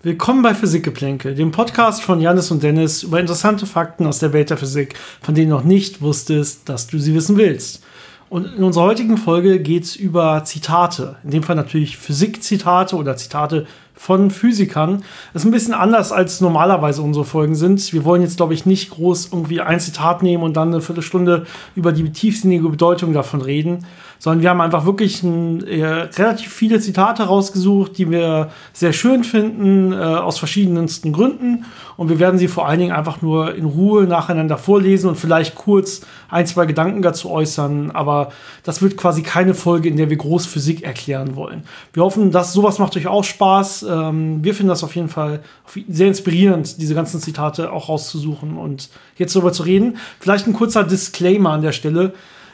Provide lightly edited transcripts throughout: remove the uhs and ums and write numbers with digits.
Willkommen bei Physikgeplänkel, dem Podcast von Jannis und Dennis über interessante Fakten aus der Welt der Physik, von denen du noch nicht wusstest, dass du sie wissen willst. Und in unserer heutigen Folge geht es über Zitate, in dem Fall natürlich Physikzitate oder Zitate von Physikern. Das ist ein bisschen anders, als normalerweise unsere Folgen sind. Wir wollen jetzt, glaube ich, nicht groß irgendwie ein Zitat nehmen und dann eine Viertelstunde über die tiefsinnige Bedeutung davon reden, sondern wir haben einfach wirklich relativ viele Zitate rausgesucht, die wir sehr schön finden, aus verschiedensten Gründen. Und wir werden sie vor allen Dingen einfach nur in Ruhe nacheinander vorlesen und vielleicht kurz ein, zwei Gedanken dazu äußern. Aber das wird quasi keine Folge, in der wir groß Physik erklären wollen. Wir hoffen, dass sowas macht euch auch Spaß. Wir finden das auf jeden Fall sehr inspirierend, diese ganzen Zitate auch rauszusuchen und jetzt darüber zu reden. Vielleicht ein kurzer Disclaimer an der Stelle.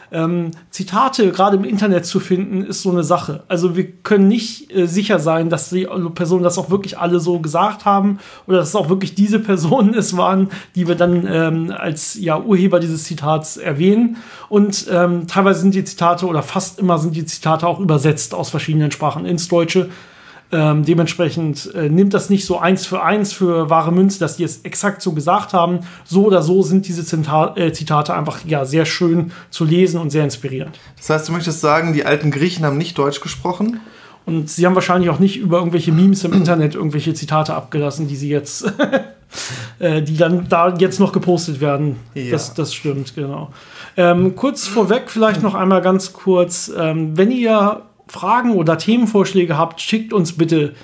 Zitate gerade im Internet zu finden, ist so eine Sache. Also wir können nicht sicher sein, dass die Personen das auch wirklich alle so gesagt haben oder dass es auch wirklich diese Personen es waren, die wir dann als Urheber dieses Zitats erwähnen. Und teilweise sind die Zitate oder fast immer sind die Zitate auch übersetzt aus verschiedenen Sprachen ins Deutsche. Dementsprechend nimmt das nicht so 1 für wahre Münze, dass die es exakt so gesagt haben. So oder so sind diese Zitate einfach sehr schön zu lesen und sehr inspirierend. Das heißt, du möchtest sagen, die alten Griechen haben nicht Deutsch gesprochen? Und sie haben wahrscheinlich auch nicht über irgendwelche Memes im Internet irgendwelche Zitate abgelassen, die sie jetzt, die dann da jetzt noch gepostet werden. Ja. Das stimmt, genau. Kurz vorweg vielleicht noch einmal ganz kurz, wenn ihr Fragen oder Themenvorschläge habt, schickt uns bitte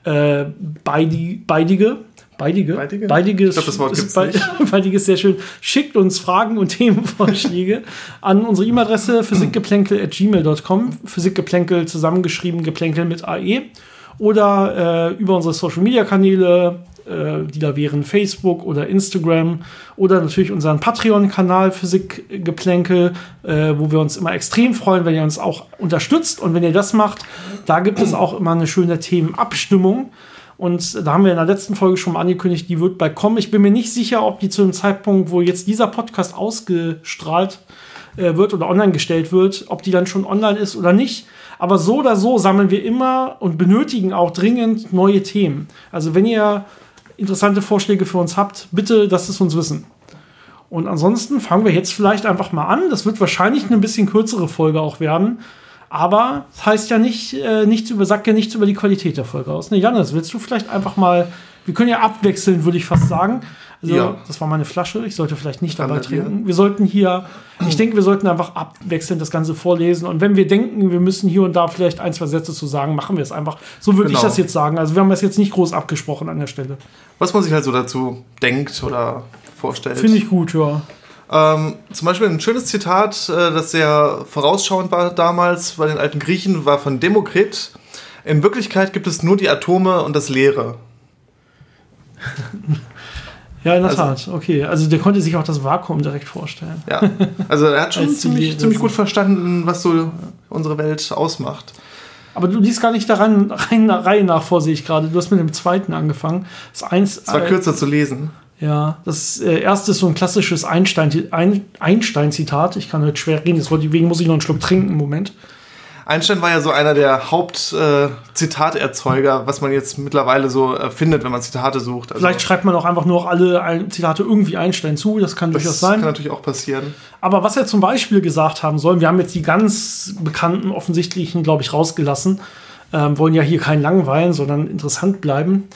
beidige. Ich glaube, das Wort gibt's nicht. Beidige ist sehr schön. Schickt uns Fragen und Themenvorschläge an unsere E-Mail-Adresse physikgeplänkel@gmail.com. Physikgeplänkel zusammengeschrieben, Geplänkel mit AE. Oder über unsere Social-Media-Kanäle, die da wären Facebook oder Instagram. Oder natürlich unseren Patreon-Kanal Physikgeplänkel, wo wir uns immer extrem freuen, wenn ihr uns auch unterstützt. Und wenn ihr das macht, da gibt es auch immer eine schöne Themenabstimmung. Und da haben wir in der letzten Folge schon mal angekündigt, die wird bald kommen. Ich bin mir nicht sicher, ob die zu dem Zeitpunkt, wo jetzt dieser Podcast ausgestrahlt wird oder online gestellt wird, ob die dann schon online ist oder nicht. Aber so oder so sammeln wir immer und benötigen auch dringend neue Themen. Also wenn ihr interessante Vorschläge für uns habt, bitte lasst es uns wissen. Und ansonsten fangen wir jetzt vielleicht einfach mal an. Das wird wahrscheinlich eine bisschen kürzere Folge auch werden. Aber das heißt ja sagt ja nichts über die Qualität der Folge aus. Ne, Jannis, willst du vielleicht einfach mal, wir können ja abwechseln, würde ich fast sagen. Also, ja. Das war meine Flasche, ich sollte vielleicht nicht dabei trinken. Ich denke, wir sollten einfach abwechselnd das Ganze vorlesen. Und wenn wir denken, wir müssen hier und da vielleicht ein, zwei Sätze zu sagen, machen wir es einfach. So würde ich das jetzt sagen. Also wir haben das jetzt nicht groß abgesprochen an der Stelle. Was man sich halt so dazu denkt oder vorstellt. Finde ich gut, ja. Zum Beispiel ein schönes Zitat, das sehr vorausschauend war damals bei den alten Griechen, war von Demokrit. In Wirklichkeit gibt es nur die Atome und das Leere. Ja, in der Tat. Okay, also der konnte sich auch das Vakuum direkt vorstellen. Ja, also er hat schon ziemlich gut verstanden, was so unsere Welt ausmacht. Aber du liest gar nicht der Reihe nach vor, sehe ich gerade. Du hast mit dem zweiten angefangen. Das war kürzer zu lesen. Ja, das erste ist so ein klassisches Einstein-Zitat. Ich kann heute schwer reden, deswegen muss ich noch einen Schluck trinken im Moment. Einstein war ja so einer der Haupt-Zitaterzeuger, was man jetzt mittlerweile so findet, wenn man Zitate sucht. Also vielleicht schreibt man auch einfach nur alle Zitate irgendwie Einstein zu, das kann durchaus sein. Das kann natürlich auch passieren. Aber was er zum Beispiel gesagt haben soll, wir haben jetzt die ganz bekannten, offensichtlichen, glaube ich, rausgelassen, wollen ja hier keinen langweilen, sondern interessant bleiben.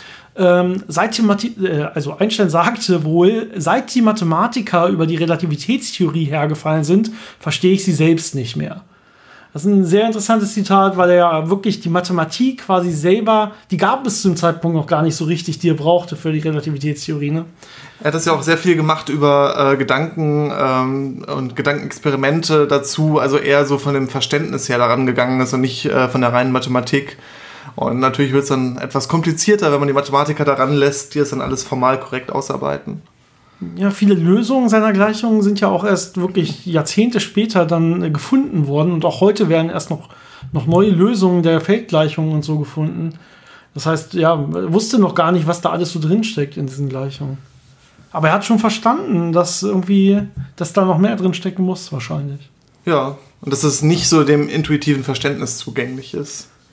Also Einstein sagte wohl, seit die Mathematiker über die Relativitätstheorie hergefallen sind, verstehe ich sie selbst nicht mehr. Das ist ein sehr interessantes Zitat, weil er ja wirklich die Mathematik quasi selber, die gab es zu dem Zeitpunkt noch gar nicht so richtig, die er brauchte für die Relativitätstheorie. Ne? Er hat das ja auch sehr viel gemacht über Gedanken und Gedankenexperimente dazu, also eher so von dem Verständnis her daran gegangen ist und nicht von der reinen Mathematik. Und natürlich wird es dann etwas komplizierter, wenn man die Mathematiker daran lässt, die es dann alles formal korrekt ausarbeiten. Ja, viele Lösungen seiner Gleichungen sind ja auch erst wirklich Jahrzehnte später dann gefunden worden. Und auch heute werden erst noch neue Lösungen der Feldgleichungen und so gefunden. Das heißt, wusste noch gar nicht, was da alles so drinsteckt in diesen Gleichungen. Aber er hat schon verstanden, dass da noch mehr drinstecken muss wahrscheinlich. Ja, und dass es nicht so dem intuitiven Verständnis zugänglich ist.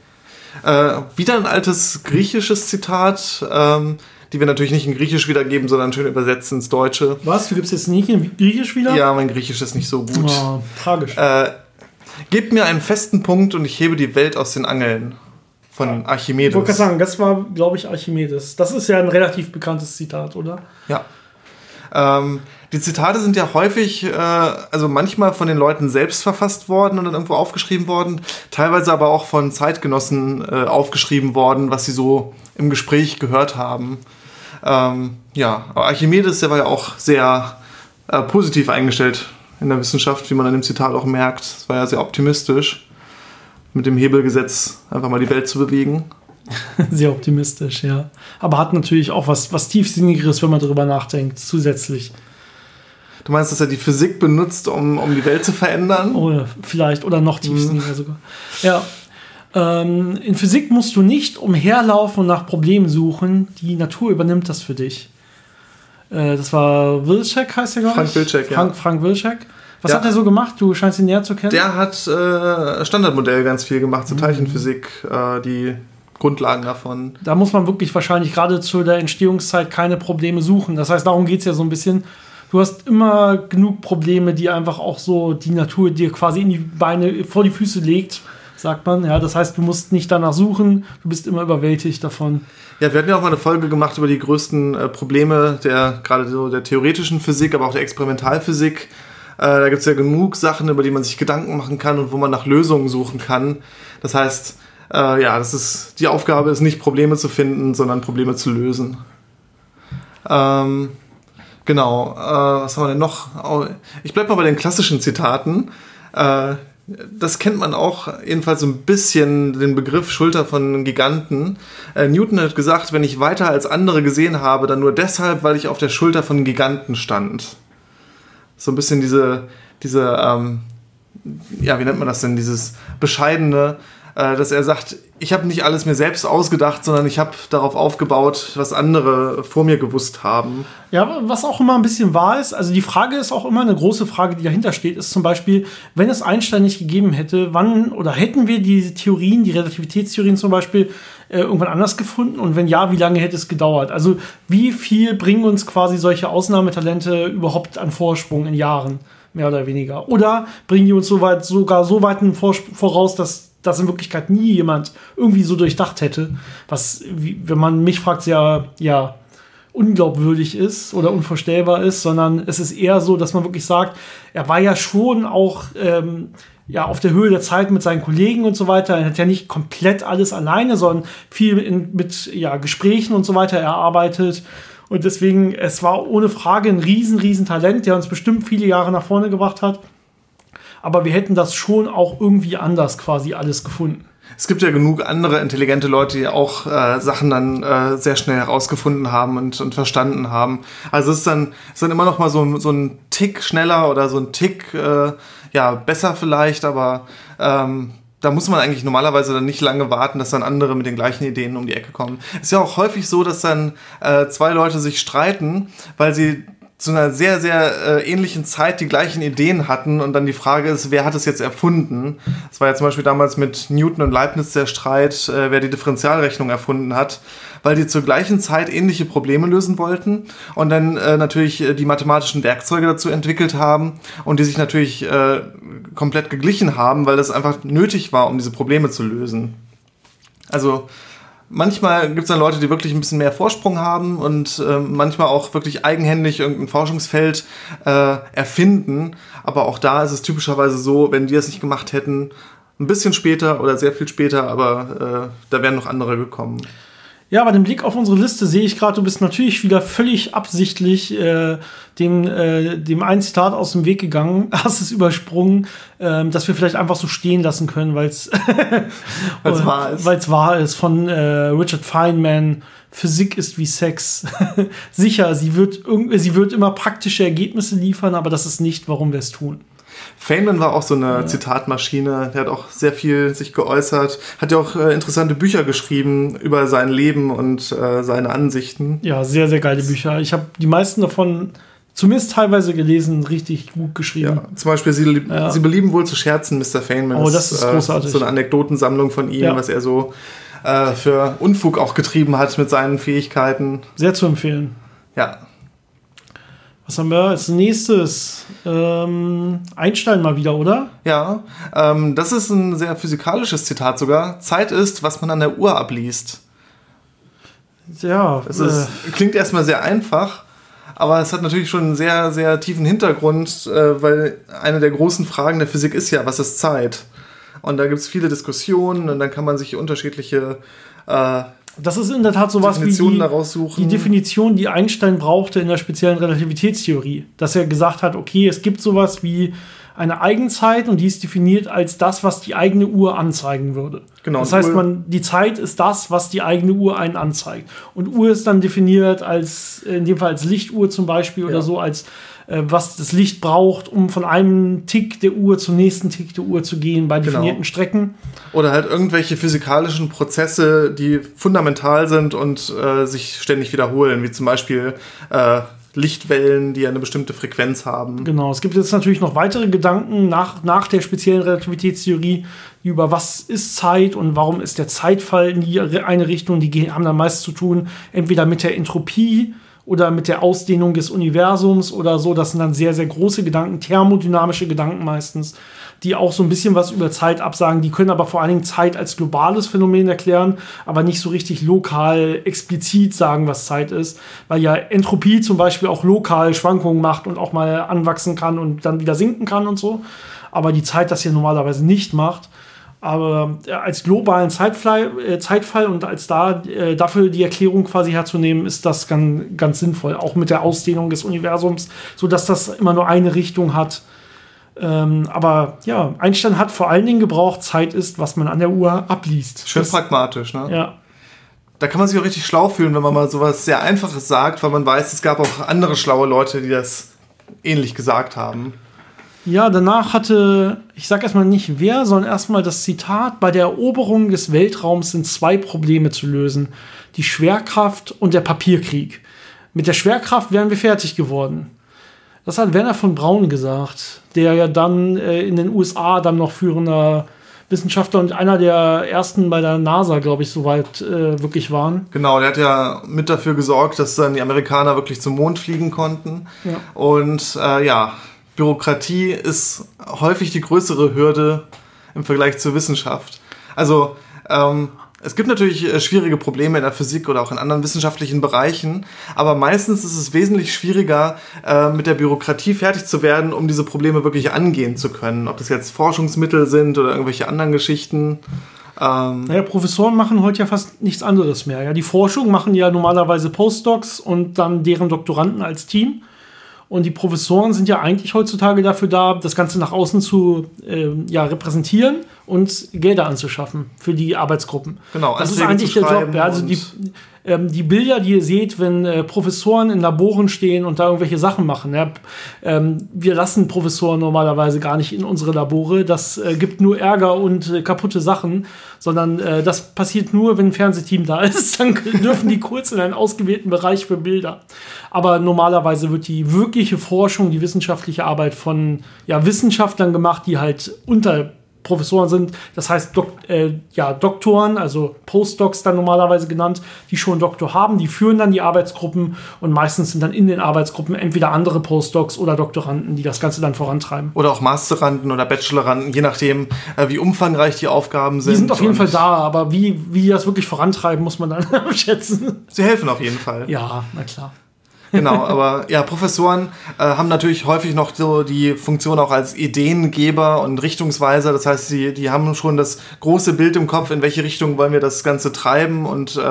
Wieder ein altes griechisches Zitat, die wir natürlich nicht in Griechisch wiedergeben, sondern schön übersetzen ins Deutsche. Was? Du gibst jetzt nicht in Griechisch wieder? Ja, mein Griechisch ist nicht so gut. Oh, tragisch. Gebt mir einen festen Punkt und ich hebe die Welt aus den Angeln. Von Archimedes. Ich wollte gerade sagen, das war, glaube ich, Archimedes. Das ist ja ein relativ bekanntes Zitat, oder? Ja. Die Zitate sind ja häufig, also manchmal von den Leuten selbst verfasst worden und dann irgendwo aufgeschrieben worden, teilweise aber auch von Zeitgenossen aufgeschrieben worden, was sie so im Gespräch gehört haben. Ja, aber Archimedes, der war ja auch sehr positiv eingestellt in der Wissenschaft, wie man an dem Zitat auch merkt. Es war ja sehr optimistisch, mit dem Hebelgesetz einfach mal die Welt zu bewegen. Sehr optimistisch, ja. Aber hat natürlich auch was Tiefsinnigeres, wenn man darüber nachdenkt, zusätzlich. Du meinst, dass er die Physik benutzt, um die Welt zu verändern? Oder vielleicht, oder noch tiefsinniger sogar. Ja. In Physik musst du nicht umherlaufen und nach Problemen suchen. Die Natur übernimmt das für dich. Das war Wilczek, heißt der, glaube ich? Frank Wilczek, ja. Frank Wilczek. Was hat er so gemacht? Du scheinst ihn näher zu kennen. Der hat Standardmodell ganz viel gemacht zur Teilchenphysik, die Grundlagen davon. Da muss man wirklich wahrscheinlich gerade zu der Entstehungszeit keine Probleme suchen. Das heißt, darum geht es ja so ein bisschen. Du hast immer genug Probleme, die einfach auch so die Natur dir quasi in die Beine, vor die Füße legt, sagt man. Ja, das heißt, du musst nicht danach suchen, du bist immer überwältigt davon. Ja, wir hatten ja auch mal eine Folge gemacht über die größten Probleme gerade so der theoretischen Physik, aber auch der Experimentalphysik. Da gibt es ja genug Sachen, über die man sich Gedanken machen kann und wo man nach Lösungen suchen kann. Das heißt, die Aufgabe ist nicht, Probleme zu finden, sondern Probleme zu lösen. Genau, was haben wir denn noch? Ich bleibe mal bei den klassischen Zitaten. Das kennt man auch, jedenfalls so ein bisschen, den Begriff Schulter von Giganten. Newton hat gesagt, wenn ich weiter als andere gesehen habe, dann nur deshalb, weil ich auf der Schulter von Giganten stand. So ein bisschen diese wie nennt man das denn, dieses Bescheidene, dass er sagt, ich habe nicht alles mir selbst ausgedacht, sondern ich habe darauf aufgebaut, was andere vor mir gewusst haben. Ja, was auch immer ein bisschen wahr ist, also die Frage ist auch immer eine große Frage, die dahinter steht, ist zum Beispiel, wenn es Einstein nicht gegeben hätte, wann oder hätten wir diese Theorien, die Relativitätstheorien zum Beispiel, irgendwann anders gefunden? Und wenn ja, wie lange hätte es gedauert? Also wie viel bringen uns quasi solche Ausnahmetalente überhaupt an Vorsprung in Jahren, mehr oder weniger? Oder bringen die uns sogar so weit voraus, dass das in Wirklichkeit nie jemand irgendwie so durchdacht hätte, was, wenn man mich fragt, ja unglaubwürdig ist oder unvorstellbar ist, sondern es ist eher so, dass man wirklich sagt, er war ja schon auch auf der Höhe der Zeit mit seinen Kollegen und so weiter. Er hat ja nicht komplett alles alleine, sondern viel mit Gesprächen und so weiter erarbeitet. Und deswegen, es war ohne Frage ein riesen Talent, der uns bestimmt viele Jahre nach vorne gebracht hat. Aber wir hätten das schon auch irgendwie anders quasi alles gefunden. Es gibt ja genug andere intelligente Leute, die auch Sachen dann sehr schnell herausgefunden haben und verstanden haben. Also es ist dann immer noch mal so ein Tick schneller oder so ein Tick besser vielleicht, aber da muss man eigentlich normalerweise dann nicht lange warten, dass dann andere mit den gleichen Ideen um die Ecke kommen. Es ist ja auch häufig so, dass dann zwei Leute sich streiten, weil sie zu einer sehr, sehr ähnlichen Zeit die gleichen Ideen hatten und dann die Frage ist, wer hat es jetzt erfunden? Das war ja zum Beispiel damals mit Newton und Leibniz der Streit, wer die Differentialrechnung erfunden hat, weil die zur gleichen Zeit ähnliche Probleme lösen wollten und dann natürlich die mathematischen Werkzeuge dazu entwickelt haben und die sich natürlich komplett geglichen haben, weil das einfach nötig war, um diese Probleme zu lösen. Also manchmal gibt es dann Leute, die wirklich ein bisschen mehr Vorsprung haben und manchmal auch wirklich eigenhändig irgendein Forschungsfeld erfinden. Aber auch da ist es typischerweise so, wenn die es nicht gemacht hätten, ein bisschen später oder sehr viel später, aber da wären noch andere gekommen. Ja, bei dem Blick auf unsere Liste sehe ich gerade, du bist natürlich wieder völlig absichtlich dem einen Zitat aus dem Weg gegangen, hast es übersprungen, dass wir vielleicht einfach so stehen lassen können, weil es wahr ist, von Richard Feynman. Physik ist wie Sex. Sicher, sie wird immer praktische Ergebnisse liefern, aber das ist nicht, warum wir es tun. Feynman war auch so eine Zitatmaschine, der hat auch sehr viel sich geäußert, hat ja auch interessante Bücher geschrieben über sein Leben und seine Ansichten. Ja, sehr, sehr geile Bücher. Ich habe die meisten davon zumindest teilweise gelesen, richtig gut geschrieben. Ja, zum Beispiel Sie belieben wohl zu scherzen, Mr. Feynman. Oh, das ist großartig. So eine Anekdotensammlung von ihm, was er so für Unfug auch getrieben hat mit seinen Fähigkeiten. Sehr zu empfehlen. Ja. Was haben wir als nächstes? Einstein mal wieder, oder? Ja, das ist ein sehr physikalisches Zitat sogar. Zeit ist, was man an der Uhr abliest. Ja. Klingt erstmal sehr einfach, aber es hat natürlich schon einen sehr, sehr tiefen Hintergrund, weil eine der großen Fragen der Physik ist ja, was ist Zeit? Und da gibt es viele Diskussionen und dann kann man sich unterschiedliche das ist in der Tat sowas wie die Definition, die Einstein brauchte in der speziellen Relativitätstheorie. Dass er gesagt hat, okay, es gibt sowas wie eine Eigenzeit und die ist definiert als das, was die eigene Uhr anzeigen würde. Genau. Das heißt, die Zeit ist das, was die eigene Uhr einen anzeigt. Und Uhr ist dann definiert als, in dem Fall als Lichtuhr zum Beispiel oder so, als was das Licht braucht, um von einem Tick der Uhr zum nächsten Tick der Uhr zu gehen bei definierten Strecken. Oder halt irgendwelche physikalischen Prozesse, die fundamental sind und sich ständig wiederholen, wie zum Beispiel Lichtwellen, die eine bestimmte Frequenz haben. Genau, es gibt jetzt natürlich noch weitere Gedanken nach der speziellen Relativitätstheorie über was ist Zeit und warum ist der Zeitfall in die eine Richtung. Die haben dann meist zu tun, entweder mit der Entropie oder mit der Ausdehnung des Universums oder so. Das sind dann sehr, sehr große Gedanken, thermodynamische Gedanken meistens, die auch so ein bisschen was über Zeit absagen. Die können aber vor allen Dingen Zeit als globales Phänomen erklären, aber nicht so richtig lokal explizit sagen, was Zeit ist. Weil ja Entropie zum Beispiel auch lokal Schwankungen macht und auch mal anwachsen kann und dann wieder sinken kann und so. Aber die Zeit das hier normalerweise nicht macht. Aber als globalen Zeitfall und als dafür die Erklärung quasi herzunehmen, ist das ganz sinnvoll. Auch mit der Ausdehnung des Universums, sodass das immer nur eine Richtung hat. Aber ja, Einstein hat vor allen Dingen gebraucht, Zeit ist, was man an der Uhr abliest. Schön pragmatisch, ne? Ja. Da kann man sich auch richtig schlau fühlen, wenn man mal sowas sehr Einfaches sagt, weil man weiß, es gab auch andere schlaue Leute, die das ähnlich gesagt haben. Ja, danach hatte, ich sag erstmal nicht wer, sondern erstmal das Zitat: Bei der Eroberung des Weltraums sind 2 Probleme zu lösen. Die Schwerkraft und der Papierkrieg. Mit der Schwerkraft wären wir fertig geworden. Das hat Wernher von Braun gesagt, der ja dann in den USA dann noch führender Wissenschaftler und einer der ersten bei der NASA, glaube ich, soweit wirklich waren. Genau, der hat ja mit dafür gesorgt, dass dann die Amerikaner wirklich zum Mond fliegen konnten. Ja. Und Bürokratie ist häufig die größere Hürde im Vergleich zur Wissenschaft. Also es gibt natürlich schwierige Probleme in der Physik oder auch in anderen wissenschaftlichen Bereichen, aber meistens ist es wesentlich schwieriger, mit der Bürokratie fertig zu werden, um diese Probleme wirklich angehen zu können. Ob das jetzt Forschungsmittel sind oder irgendwelche anderen Geschichten. Professoren machen heute ja fast nichts anderes mehr. Ja? Die Forschung machen ja normalerweise Postdocs und dann deren Doktoranden als Team. Und die Professoren sind ja eigentlich heutzutage dafür da, das Ganze nach außen zu repräsentieren und Gelder anzuschaffen für die Arbeitsgruppen. Genau, das ist eigentlich der Job. Ja, also die Bilder, die ihr seht, wenn Professoren in Laboren stehen und da irgendwelche Sachen machen. Ja, wir lassen Professoren normalerweise gar nicht in unsere Labore. Das gibt nur Ärger und kaputte Sachen, sondern das passiert nur, wenn ein Fernsehteam da ist. Dann dürfen die kurz in einen ausgewählten Bereich für Bilder. Aber normalerweise wird die wirkliche Forschung, die wissenschaftliche Arbeit von Wissenschaftlern gemacht, die halt unter Professoren sind, das heißt Doktoren, also Postdocs dann normalerweise genannt, die schon einen Doktor haben, die führen dann die Arbeitsgruppen und meistens sind dann in den Arbeitsgruppen entweder andere Postdocs oder Doktoranden, die das Ganze dann vorantreiben. Oder auch Masteranden oder Bacheloranden, je nachdem, wie umfangreich die Aufgaben sind. Die sind auf jeden Fall da, aber wie die das wirklich vorantreiben, muss man dann schätzen. Sie helfen auf jeden Fall. Ja, na klar. Genau, aber ja, Professoren haben natürlich häufig noch so die Funktion auch als Ideengeber und Richtungsweiser. Das heißt, die haben schon das große Bild im Kopf, in welche Richtung wollen wir das Ganze treiben und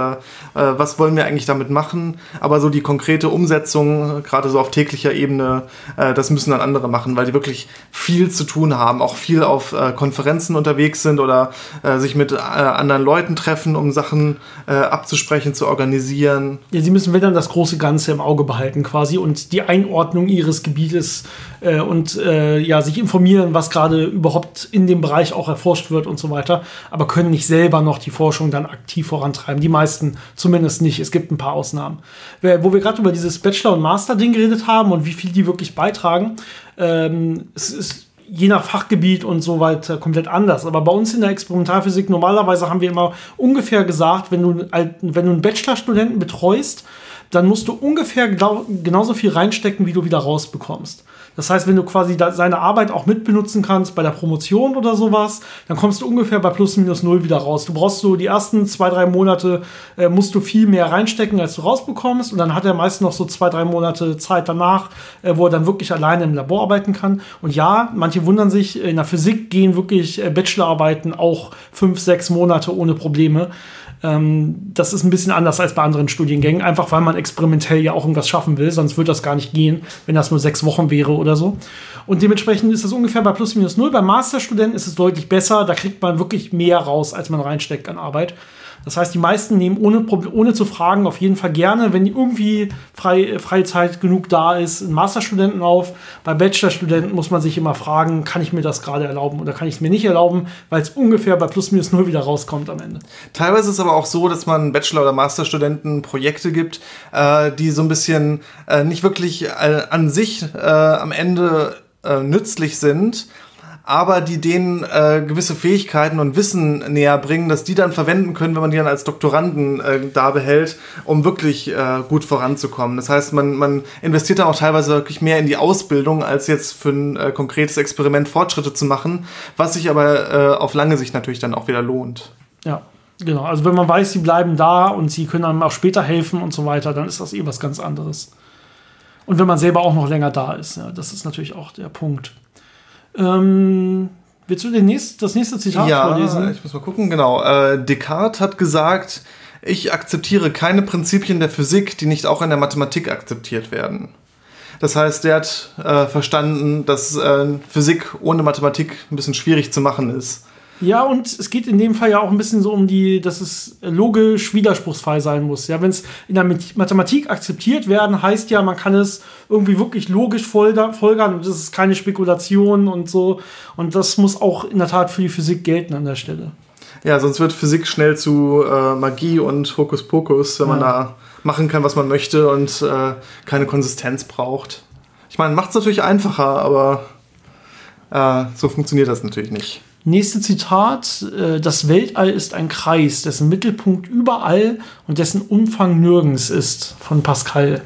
was wollen wir eigentlich damit machen. Aber so die konkrete Umsetzung, gerade so auf täglicher Ebene, das müssen dann andere machen, weil die wirklich viel zu tun haben, auch viel auf Konferenzen unterwegs sind oder sich mit anderen Leuten treffen, um Sachen abzusprechen, zu organisieren. Ja, sie müssen dann das große Ganze im Auge behalten quasi und die Einordnung ihres Gebietes und sich informieren, was gerade überhaupt in dem Bereich auch erforscht wird und so weiter, aber können nicht selber noch die Forschung dann aktiv vorantreiben. Die meisten zumindest nicht. Es gibt ein paar Ausnahmen. Wo wir gerade über dieses Bachelor- und Master-Ding geredet haben und wie viel die wirklich beitragen, es ist je nach Fachgebiet und so weiter komplett anders. Aber bei uns in der Experimentalphysik normalerweise haben wir immer ungefähr gesagt, wenn du einen Bachelorstudenten betreust, dann musst du ungefähr genauso viel reinstecken, wie du wieder rausbekommst. Das heißt, wenn du quasi seine Arbeit auch mitbenutzen kannst bei der Promotion oder sowas, dann kommst du ungefähr bei plus minus null wieder raus. Du brauchst so die ersten 2-3 Monate, musst du viel mehr reinstecken, als du rausbekommst. Und dann hat er meist noch so 2-3 Monate Zeit danach, wo er dann wirklich alleine im Labor arbeiten kann. Und ja, manche wundern sich, in der Physik gehen wirklich Bachelorarbeiten auch 5-6 Monate ohne Probleme. Das ist ein bisschen anders als bei anderen Studiengängen, einfach weil man experimentell ja auch irgendwas schaffen will, sonst würde das gar nicht gehen, wenn das nur 6 Wochen wäre oder so. Und dementsprechend ist es ungefähr bei plus minus null. Beim Masterstudenten ist es deutlich besser, da kriegt man wirklich mehr raus, als man reinsteckt an Arbeit. Das heißt, die meisten nehmen ohne zu fragen auf jeden Fall gerne, wenn irgendwie freie Zeit genug da ist, einen Masterstudenten auf. Bei Bachelorstudenten muss man sich immer fragen, kann ich mir das gerade erlauben oder kann ich es mir nicht erlauben, weil es ungefähr bei plus minus null wieder rauskommt am Ende. Teilweise ist es aber auch so, dass man Bachelor- oder Masterstudenten Projekte gibt, die so ein bisschen nicht wirklich an sich am Ende nützlich sind, aber die denen gewisse Fähigkeiten und Wissen näher bringen, dass die dann verwenden können, wenn man die dann als Doktoranden da behält, um wirklich gut voranzukommen. Das heißt, man investiert dann auch teilweise wirklich mehr in die Ausbildung, als jetzt für ein konkretes Experiment Fortschritte zu machen, was sich aber auf lange Sicht natürlich dann auch wieder lohnt. Ja, genau. Also wenn man weiß, sie bleiben da und sie können einem auch später helfen und so weiter, dann ist das was ganz anderes. Und wenn man selber auch noch länger da ist, ja, das ist natürlich auch der Punkt. Willst du das nächste Zitat vorlesen? Ja, ich muss mal gucken, genau. Descartes hat gesagt, ich akzeptiere keine Prinzipien der Physik, die nicht auch in der Mathematik akzeptiert werden. Das heißt, der hat verstanden, dass Physik ohne Mathematik ein bisschen schwierig zu machen ist. Ja, und es geht in dem Fall ja auch ein bisschen so dass es logisch widerspruchsfrei sein muss. Ja, wenn es in der Mathematik akzeptiert werden, heißt ja, man kann es irgendwie wirklich logisch folgern und das ist keine Spekulation und so. Und das muss auch in der Tat für die Physik gelten an der Stelle. Ja, sonst wird Physik schnell zu Magie und Hokuspokus, wenn man da machen kann, was man möchte und keine Konsistenz braucht. Ich meine, macht es natürlich einfacher, aber so funktioniert das natürlich nicht. Nächste Zitat: Das Weltall ist ein Kreis, dessen Mittelpunkt überall und dessen Umfang nirgends ist, von Pascal.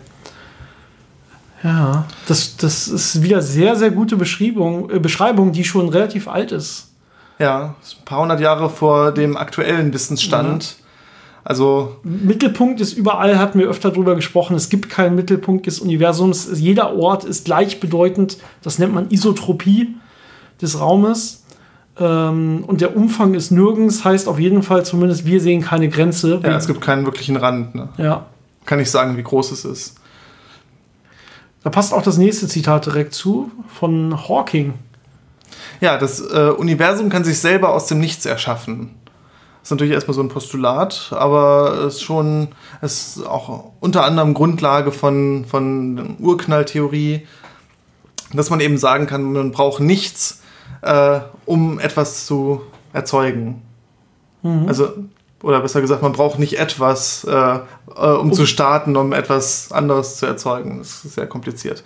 Ja, das ist wieder sehr, sehr gute Beschreibung, die schon relativ alt ist. Ja, ein paar hundert Jahre vor dem aktuellen Wissensstand. Ja. Also Mittelpunkt ist überall, hatten wir öfter drüber gesprochen. Es gibt keinen Mittelpunkt des Universums. Jeder Ort ist gleichbedeutend. Das nennt man Isotropie des Raumes. Und der Umfang ist nirgends, heißt auf jeden Fall zumindest, wir sehen keine Grenze. Ja, es gibt keinen wirklichen Rand. Ne? Ja. Kann ich sagen, wie groß es ist. Da passt auch das nächste Zitat direkt zu, von Hawking. Ja, das Universum kann sich selber aus dem Nichts erschaffen. Das ist natürlich erstmal so ein Postulat, aber es ist auch unter anderem Grundlage von Urknalltheorie, dass man eben sagen kann, man braucht nichts, um etwas zu erzeugen. Mhm. Also, oder besser gesagt, man braucht nicht etwas, um zu starten, um etwas anderes zu erzeugen. Das ist sehr kompliziert.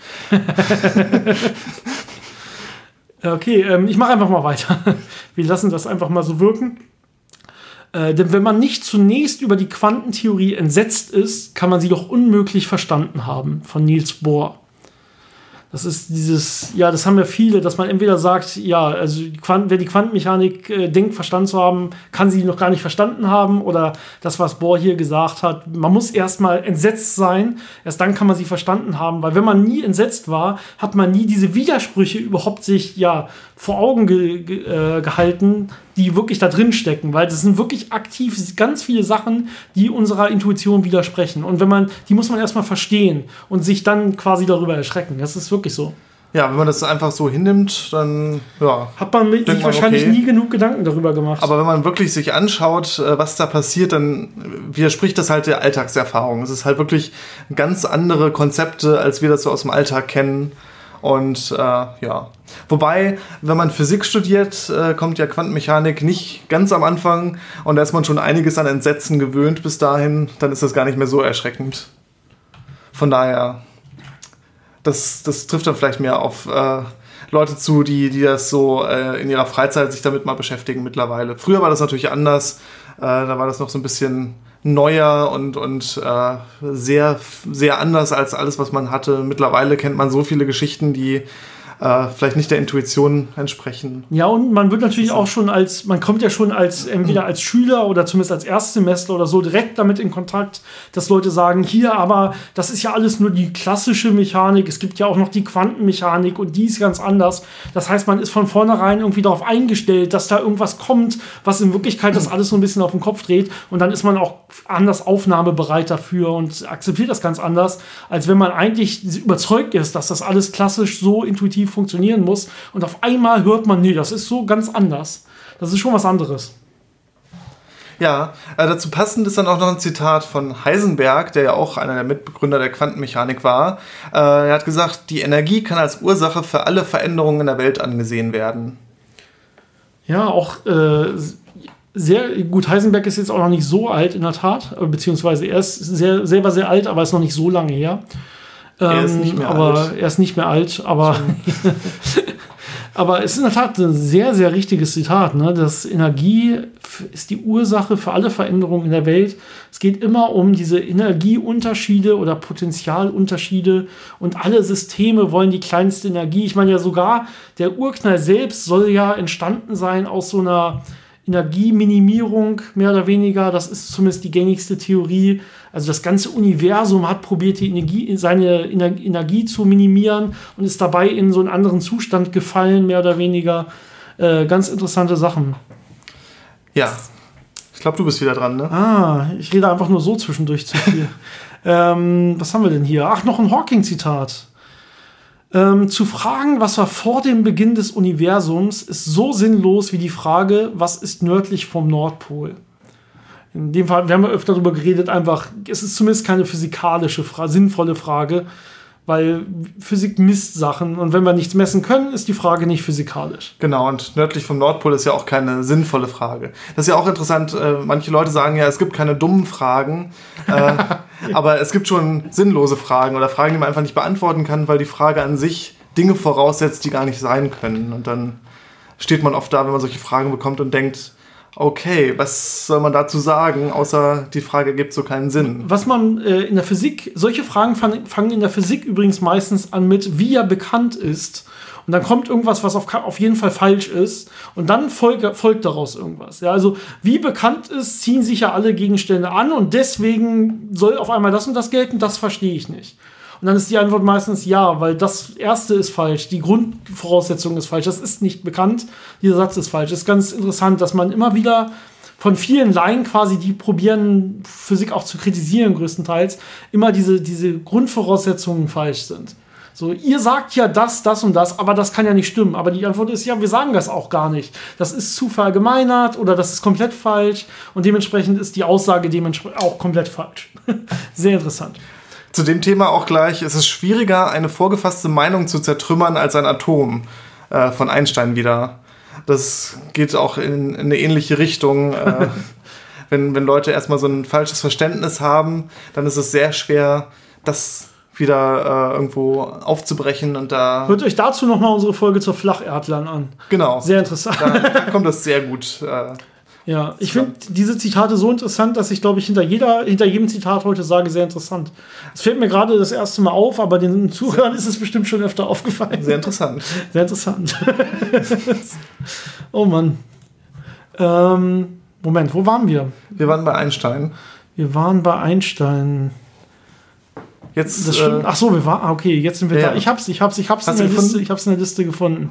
Okay, ich mache einfach mal weiter. Wir lassen das einfach mal so wirken. Denn wenn man nicht zunächst über die Quantentheorie entsetzt ist, kann man sie doch unmöglich verstanden haben, von Niels Bohr. Das ist das haben ja viele, dass man entweder sagt, ja, also wer die Quantenmechanik denkt, verstanden zu haben, kann sie noch gar nicht verstanden haben, oder das, was Bohr hier gesagt hat, man muss erstmal entsetzt sein, erst dann kann man sie verstanden haben, weil wenn man nie entsetzt war, hat man nie diese Widersprüche überhaupt sich vor Augen gehalten, die wirklich da drin stecken, weil das sind wirklich aktiv ganz viele Sachen, die unserer Intuition widersprechen. Und die muss man erstmal verstehen und sich dann quasi darüber erschrecken. Das ist wirklich so. Ja, wenn man das einfach so hinnimmt, dann hat man sich wahrscheinlich nie genug Gedanken darüber gemacht. Aber wenn man wirklich sich anschaut, was da passiert, dann widerspricht das halt der Alltagserfahrung. Es ist halt wirklich ganz andere Konzepte, als wir das so aus dem Alltag kennen. Und wobei, wenn man Physik studiert, kommt ja Quantenmechanik nicht ganz am Anfang und da ist man schon einiges an Entsetzen gewöhnt bis dahin, dann ist das gar nicht mehr so erschreckend. Von daher, das trifft dann vielleicht mehr auf Leute zu, die das so in ihrer Freizeit sich damit mal beschäftigen mittlerweile. Früher war das natürlich anders. Da war das noch so ein bisschen neuer und sehr, sehr anders als alles, was man hatte. Mittlerweile kennt man so viele Geschichten, die vielleicht nicht der Intuition entsprechen. Ja, und man wird natürlich auch schon man kommt ja schon entweder als Schüler oder zumindest als Erstsemester oder so direkt damit in Kontakt, dass Leute sagen, hier, aber das ist ja alles nur die klassische Mechanik, es gibt ja auch noch die Quantenmechanik und die ist ganz anders. Das heißt, man ist von vornherein irgendwie darauf eingestellt, dass da irgendwas kommt, was in Wirklichkeit das alles so ein bisschen auf den Kopf dreht, und dann ist man auch anders aufnahmebereit dafür und akzeptiert das ganz anders, als wenn man eigentlich überzeugt ist, dass das alles klassisch so intuitiv funktionieren muss, und auf einmal hört man, nee, das ist so ganz anders. Das ist schon was anderes. Ja, dazu passend ist dann auch noch ein Zitat von Heisenberg, der ja auch einer der Mitbegründer der Quantenmechanik war. Er hat gesagt, die Energie kann als Ursache für alle Veränderungen in der Welt angesehen werden. Ja, auch sehr gut. Heisenberg ist jetzt auch noch nicht so alt in der Tat, beziehungsweise er ist selber sehr alt, aber ist noch nicht so lange her. Er ist nicht mehr alt, aber aber es ist in der Tat ein sehr, sehr richtiges Zitat, ne? Das Energie ist die Ursache für alle Veränderungen in der Welt. Es geht immer um diese Energieunterschiede oder Potentialunterschiede, und alle Systeme wollen die kleinste Energie. Ich meine ja, sogar der Urknall selbst soll ja entstanden sein aus so einer Energieminimierung, mehr oder weniger. Das ist zumindest die gängigste Theorie. Also das ganze Universum hat probiert, seine Energie zu minimieren und ist dabei in so einen anderen Zustand gefallen, mehr oder weniger. Ganz interessante Sachen. Ja, ich glaube, du bist wieder dran, ne? Ich rede einfach nur so zwischendurch zu viel. Was haben wir denn hier? Ach, noch ein Hawking-Zitat. Zu fragen, was war vor dem Beginn des Universums, ist so sinnlos wie die Frage, was ist nördlich vom Nordpol. In dem Fall, wir haben ja öfter darüber geredet, einfach, es ist zumindest keine physikalische, sinnvolle Frage, weil Physik misst Sachen, und wenn wir nichts messen können, ist die Frage nicht physikalisch. Genau, und nördlich vom Nordpol ist ja auch keine sinnvolle Frage. Das ist ja auch interessant, manche Leute sagen ja, es gibt keine dummen Fragen, aber es gibt schon sinnlose Fragen oder Fragen, die man einfach nicht beantworten kann, weil die Frage an sich Dinge voraussetzt, die gar nicht sein können. Und dann steht man oft da, wenn man solche Fragen bekommt und denkt, okay, was soll man dazu sagen, außer die Frage ergibt so keinen Sinn. Was man in der Physik, solche Fragen fangen in der Physik übrigens meistens an mit, wie er bekannt ist. Und dann kommt irgendwas, was auf jeden Fall falsch ist. Und dann folgt daraus irgendwas. Ja, also wie bekannt ist, ziehen sich ja alle Gegenstände an. Und deswegen soll auf einmal das und das gelten. Das verstehe ich nicht. Und dann ist die Antwort meistens ja, weil das Erste ist falsch. Die Grundvoraussetzung ist falsch. Das ist nicht bekannt. Dieser Satz ist falsch. Das ist ganz interessant, dass man immer wieder von vielen Laien quasi, die probieren, Physik auch zu kritisieren größtenteils, immer diese Grundvoraussetzungen falsch sind. So, ihr sagt ja das und das, aber das kann ja nicht stimmen. Aber die Antwort ist, ja, wir sagen das auch gar nicht. Das ist zu verallgemeinert oder das ist komplett falsch. Und dementsprechend ist die Aussage auch komplett falsch. Sehr interessant. Zu dem Thema auch gleich, es ist schwieriger, eine vorgefasste Meinung zu zertrümmern als ein Atom, von Einstein wieder. Das geht auch in eine ähnliche Richtung. Wenn Leute erstmal so ein falsches Verständnis haben, dann ist es sehr schwer, das wieder irgendwo aufzubrechen und da... Hört euch dazu nochmal unsere Folge zur Flacherdlern an. Genau. Sehr interessant. Da kommt das sehr gut. Ja, ich finde diese Zitate so interessant, dass ich, glaube ich, hinter jedem Zitat heute sage, sehr interessant. Es fällt mir gerade das erste Mal auf, aber den Zuhörern ist es bestimmt schon öfter aufgefallen. Sehr interessant. Sehr interessant. Oh Mann. Moment, wo waren wir? Wir waren bei Einstein. Jetzt, das stimmt. Ach so, okay, jetzt sind wir da. Ich hab's in der Liste gefunden.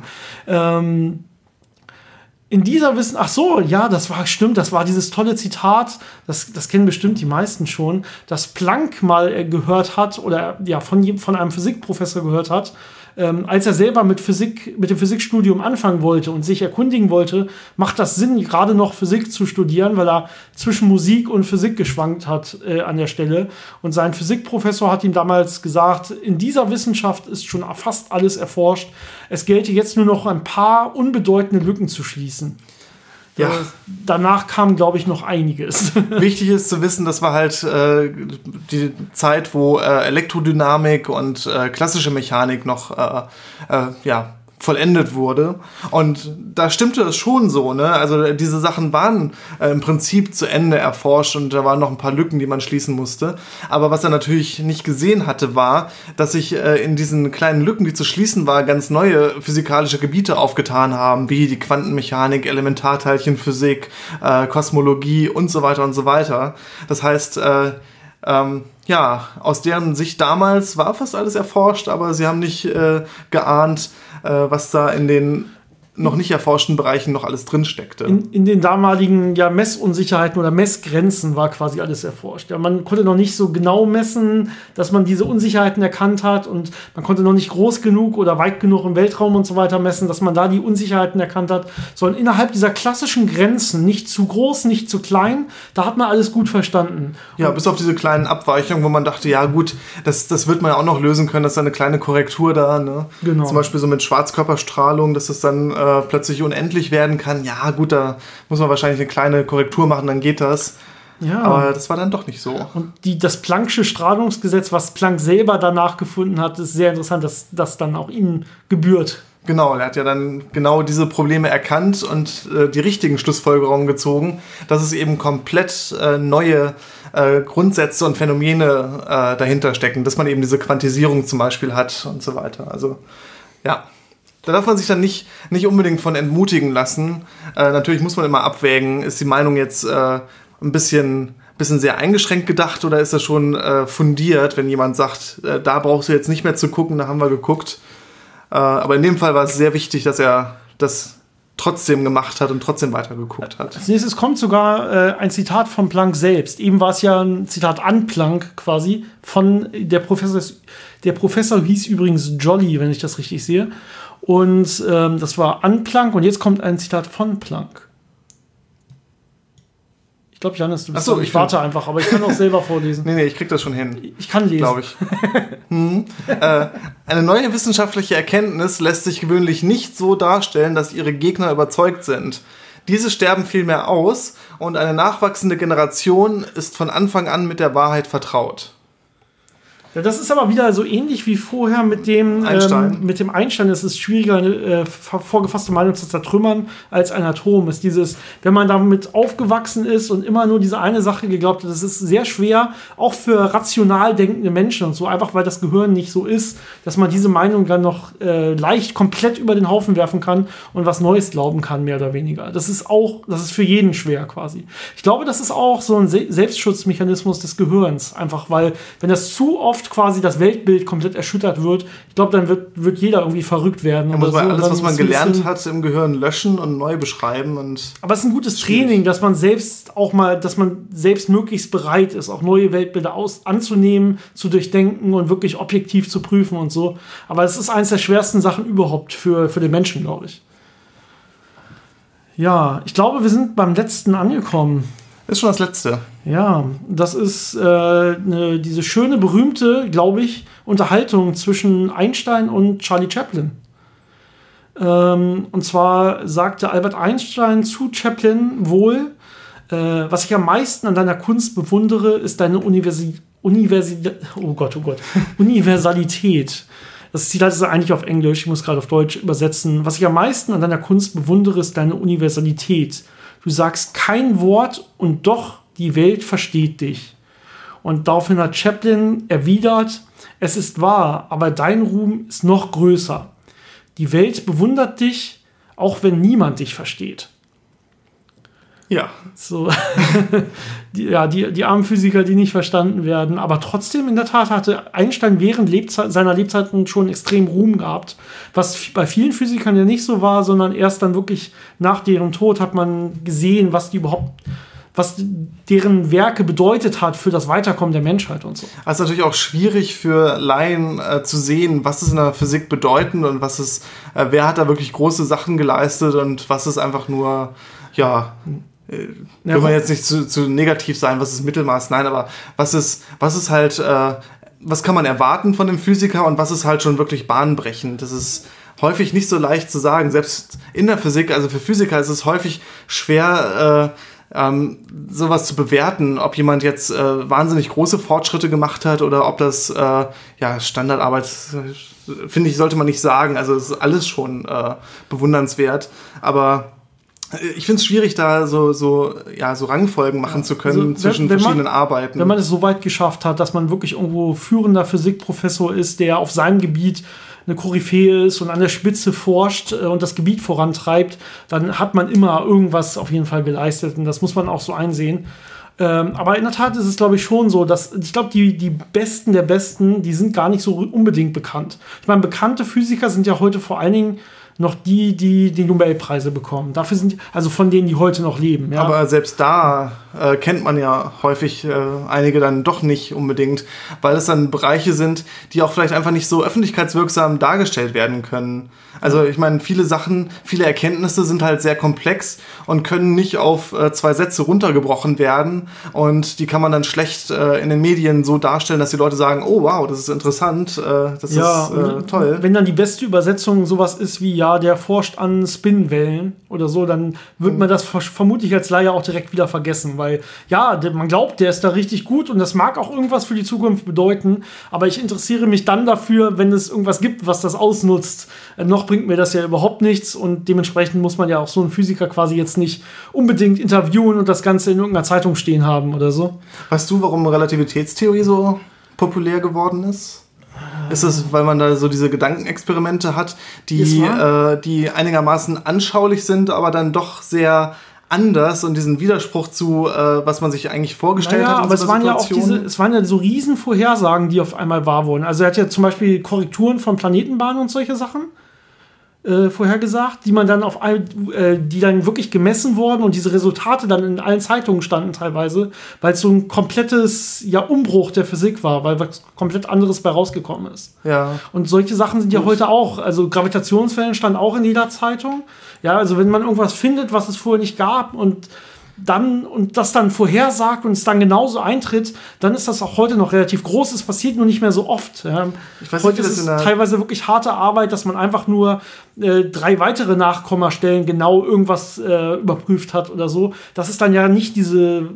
In dieser ach so, ja, das war dieses tolle Zitat, das kennen bestimmt die meisten schon, das Planck mal gehört hat oder ja von einem Physikprofessor gehört hat, als er selber mit dem Physikstudium anfangen wollte und sich erkundigen wollte, macht das Sinn, gerade noch Physik zu studieren, weil er zwischen Musik und Physik geschwankt hat an der Stelle. Und sein Physikprofessor hat ihm damals gesagt, in dieser Wissenschaft ist schon fast alles erforscht. Es gelte jetzt nur noch ein paar unbedeutende Lücken zu schließen. Ja. Danach kam, glaube ich, noch einiges. Wichtig ist zu wissen, das war halt die Zeit, wo Elektrodynamik und klassische Mechanik noch vollendet wurde. Und da stimmte es schon so, ne? Also diese Sachen waren im Prinzip zu Ende erforscht und da waren noch ein paar Lücken, die man schließen musste. Aber was er natürlich nicht gesehen hatte, war, dass sich in diesen kleinen Lücken, die zu schließen war, ganz neue physikalische Gebiete aufgetan haben, wie die Quantenmechanik, Elementarteilchenphysik, Kosmologie und so weiter und so weiter. Das heißt, aus deren Sicht damals war fast alles erforscht, aber sie haben nicht geahnt, was da in den noch nicht erforschten Bereichen noch alles drin steckte. In den damaligen Messunsicherheiten oder Messgrenzen war quasi alles erforscht. Ja, man konnte noch nicht so genau messen, dass man diese Unsicherheiten erkannt hat und man konnte noch nicht groß genug oder weit genug im Weltraum und so weiter messen, dass man da die Unsicherheiten erkannt hat, sondern innerhalb dieser klassischen Grenzen, nicht zu groß, nicht zu klein, da hat man alles gut verstanden. Ja, bis auf diese kleinen Abweichungen, wo man dachte, ja gut, das wird man ja auch noch lösen können, das ist eine kleine Korrektur da, ne? Genau. Zum Beispiel so mit Schwarzkörperstrahlung, dass das dann plötzlich unendlich werden kann. Ja gut, da muss man wahrscheinlich eine kleine Korrektur machen, dann geht das. Ja. Aber das war dann doch nicht so. Und das Planck'sche Strahlungsgesetz, was Planck selber danach gefunden hat, ist sehr interessant, dass das dann auch ihm gebührt. Genau, er hat ja dann genau diese Probleme erkannt und die richtigen Schlussfolgerungen gezogen, dass es eben komplett neue Grundsätze und Phänomene dahinter stecken, dass man eben diese Quantisierung zum Beispiel hat und so weiter. Also, ja. Da darf man sich dann nicht unbedingt von entmutigen lassen. Natürlich muss man immer abwägen, ist die Meinung jetzt ein bisschen sehr eingeschränkt gedacht oder ist das schon fundiert, wenn jemand sagt, da brauchst du jetzt nicht mehr zu gucken, da haben wir geguckt. Aber in dem Fall war es sehr wichtig, dass er das trotzdem gemacht hat und trotzdem weitergeguckt hat. Als nächstes kommt sogar ein Zitat von Planck selbst. Eben war es ja ein Zitat an Planck quasi von der Professor. Der Professor hieß übrigens Jolly, wenn ich das richtig sehe. Und das war an Planck und jetzt kommt ein Zitat von Planck. Ich glaube, Janis, du bist ich warte einfach, aber ich kann auch selber vorlesen. Nee, ich krieg das schon hin. Ich kann lesen. Glaube ich. Eine neue wissenschaftliche Erkenntnis lässt sich gewöhnlich nicht so darstellen, dass ihre Gegner überzeugt sind. Diese sterben vielmehr aus und eine nachwachsende Generation ist von Anfang an mit der Wahrheit vertraut. Ja, das ist aber wieder so ähnlich wie vorher mit dem Einstein. Es ist schwieriger, eine vorgefasste Meinung zu zertrümmern als ein Atom. Ist dieses, wenn man damit aufgewachsen ist und immer nur diese eine Sache geglaubt hat, das ist sehr schwer, auch für rational denkende Menschen und so, einfach weil das Gehirn nicht so ist, dass man diese Meinung dann noch leicht komplett über den Haufen werfen kann und was Neues glauben kann, mehr oder weniger. Das ist für jeden schwer quasi. Ich glaube, das ist auch so ein Selbstschutzmechanismus des Gehirns. Einfach weil, wenn das zu oft quasi das Weltbild komplett erschüttert wird, ich glaube, dann wird jeder irgendwie verrückt werden. Da muss man alles, was man gelernt hat, im Gehirn löschen und neu beschreiben. Aber es ist ein gutes Training, dass man selbst möglichst bereit ist, auch neue Weltbilder anzunehmen, zu durchdenken und wirklich objektiv zu prüfen und so. Aber es ist eines der schwersten Sachen überhaupt für den Menschen, glaube ich. Ja, ich glaube, wir sind beim letzten angekommen. Ist schon das Letzte. Ja, das ist diese schöne, berühmte, glaube ich, Unterhaltung zwischen Einstein und Charlie Chaplin. Und zwar sagte Albert Einstein zu Chaplin wohl, was ich am meisten an deiner Kunst bewundere, ist deine Universalität. Das Zitat ist eigentlich auf Englisch, ich muss gerade auf Deutsch übersetzen. Was ich am meisten an deiner Kunst bewundere, ist deine Universalität. Du sagst kein Wort und doch die Welt versteht dich. Und daraufhin hat Chaplin erwidert, es ist wahr, aber dein Ruhm ist noch größer. Die Welt bewundert dich, auch wenn niemand dich versteht. Ja. So. Die armen Physiker, die nicht verstanden werden. Aber trotzdem, in der Tat, hatte Einstein während seiner Lebzeiten schon extrem Ruhm gehabt. Was bei vielen Physikern ja nicht so war, sondern erst dann wirklich nach deren Tod hat man gesehen, was deren Werke bedeutet hat für das Weiterkommen der Menschheit und so. Es ist natürlich auch schwierig für Laien zu sehen, was es in der Physik bedeuten und wer hat da wirklich große Sachen geleistet und was ist einfach nur, will man jetzt nicht zu negativ sein, was ist Mittelmaß, nein, aber was ist halt, was kann man erwarten von dem Physiker und was ist halt schon wirklich bahnbrechend. Das ist häufig nicht so leicht zu sagen, selbst in der Physik, also für Physiker ist es häufig schwer, sowas zu bewerten, ob jemand jetzt wahnsinnig große Fortschritte gemacht hat oder ob das Standardarbeit, finde ich, sollte man nicht sagen. Also es ist alles schon bewundernswert, aber ich finde es schwierig, da so Rangfolgen machen zu können zwischen verschiedenen Arbeiten. Wenn man es so weit geschafft hat, dass man wirklich irgendwo führender Physikprofessor ist, der auf seinem Gebiet eine Koryphäe ist und an der Spitze forscht und das Gebiet vorantreibt, dann hat man immer irgendwas auf jeden Fall geleistet und das muss man auch so einsehen. Aber in der Tat ist es, glaube ich, schon so, dass ich glaube, die Besten der Besten, die sind gar nicht so unbedingt bekannt. Ich meine, bekannte Physiker sind ja heute vor allen Dingen noch die Nobelpreise bekommen. Dafür sind, also von denen, die heute noch leben. Ja. Aber selbst da kennt man ja häufig einige dann doch nicht unbedingt, weil es dann Bereiche sind, die auch vielleicht einfach nicht so öffentlichkeitswirksam dargestellt werden können. Also ich meine, viele Erkenntnisse sind halt sehr komplex und können nicht auf 2 Sätze runtergebrochen werden und die kann man dann schlecht in den Medien so darstellen, dass die Leute sagen, oh wow, das ist interessant, das ist toll. Wenn dann die beste Übersetzung sowas ist wie, der forscht an Spinwellen oder so, dann wird man das vermutlich als Laie auch direkt wieder vergessen, weil man glaubt, der ist da richtig gut und das mag auch irgendwas für die Zukunft bedeuten, aber ich interessiere mich dann dafür, wenn es irgendwas gibt, was das ausnutzt. Noch bringt mir das ja überhaupt nichts und dementsprechend muss man ja auch so einen Physiker quasi jetzt nicht unbedingt interviewen und das Ganze in irgendeiner Zeitung stehen haben oder so. Weißt du, warum Relativitätstheorie so populär geworden ist? Ist es, weil man da so diese Gedankenexperimente hat, die einigermaßen anschaulich sind, aber dann doch sehr anders und diesen Widerspruch zu, was man sich eigentlich vorgestellt hat. Aber es waren ja so Riesenvorhersagen, die auf einmal wahr wurden. Also er hat ja zum Beispiel Korrekturen von Planetenbahnen und solche Sachen vorhergesagt, die man dann die dann wirklich gemessen wurden und diese Resultate dann in allen Zeitungen standen teilweise, weil es so ein komplettes Umbruch der Physik war, weil was komplett anderes bei rausgekommen ist. Ja. Und solche Sachen sind ja heute auch, also Gravitationswellen stand auch in jeder Zeitung. Ja, also wenn man irgendwas findet, was es vorher nicht gab und das dann vorhersagt und es dann genauso eintritt, dann ist das auch heute noch relativ groß. Es passiert nur nicht mehr so oft. Ja. Heute ist es teilweise wirklich harte Arbeit, dass man einfach nur 3 weitere Nachkommastellen genau irgendwas überprüft hat oder so. Das ist dann ja nicht diese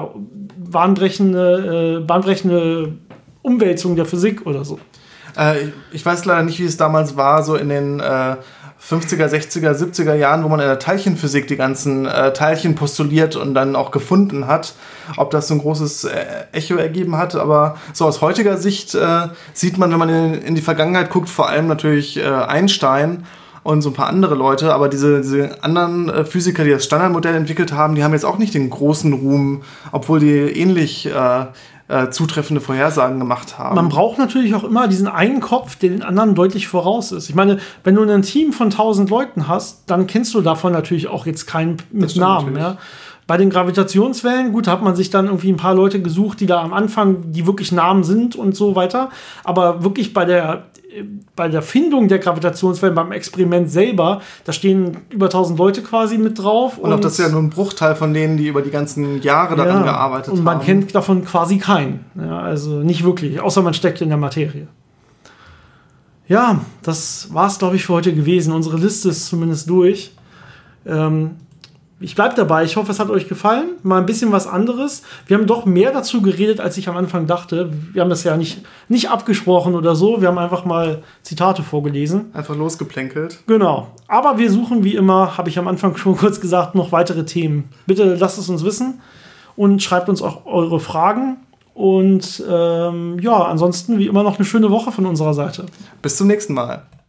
bahnbrechende Umwälzung der Physik oder so. Ich weiß leider nicht, wie es damals war, so in den 50er, 60er, 70er Jahren, wo man in der Teilchenphysik die ganzen Teilchen postuliert und dann auch gefunden hat, ob das so ein großes Echo ergeben hat. Aber so aus heutiger Sicht sieht man, wenn man in die Vergangenheit guckt, vor allem natürlich Einstein und so ein paar andere Leute, aber diese anderen Physiker, die das Standardmodell entwickelt haben, die haben jetzt auch nicht den großen Ruhm, obwohl die ähnlich zutreffende Vorhersagen gemacht haben. Man braucht natürlich auch immer diesen einen Kopf, der den anderen deutlich voraus ist. Ich meine, wenn du ein Team von 1000 Leuten hast, dann kennst du davon natürlich auch jetzt keinen mit Namen. Ja? Bei den Gravitationswellen, gut, hat man sich dann irgendwie ein paar Leute gesucht, die da am Anfang, die wirklich Namen sind und so weiter. Aber wirklich bei der Findung der Gravitationswellen, beim Experiment selber, da stehen über 1000 Leute quasi mit drauf. Und auch das ist ja nur ein Bruchteil von denen, die über die ganzen Jahre daran gearbeitet haben. Und man kennt davon quasi keinen. Ja, also nicht wirklich, außer man steckt in der Materie. Ja, das war's, glaube ich, für heute gewesen. Unsere Liste ist zumindest durch. Ich bleibe dabei. Ich hoffe, es hat euch gefallen. Mal ein bisschen was anderes. Wir haben doch mehr dazu geredet, als ich am Anfang dachte. Wir haben das ja nicht abgesprochen oder so. Wir haben einfach mal Zitate vorgelesen. Einfach losgeplänkelt. Genau. Aber wir suchen wie immer, habe ich am Anfang schon kurz gesagt, noch weitere Themen. Bitte lasst es uns wissen und schreibt uns auch eure Fragen. Und ansonsten wie immer noch eine schöne Woche von unserer Seite. Bis zum nächsten Mal.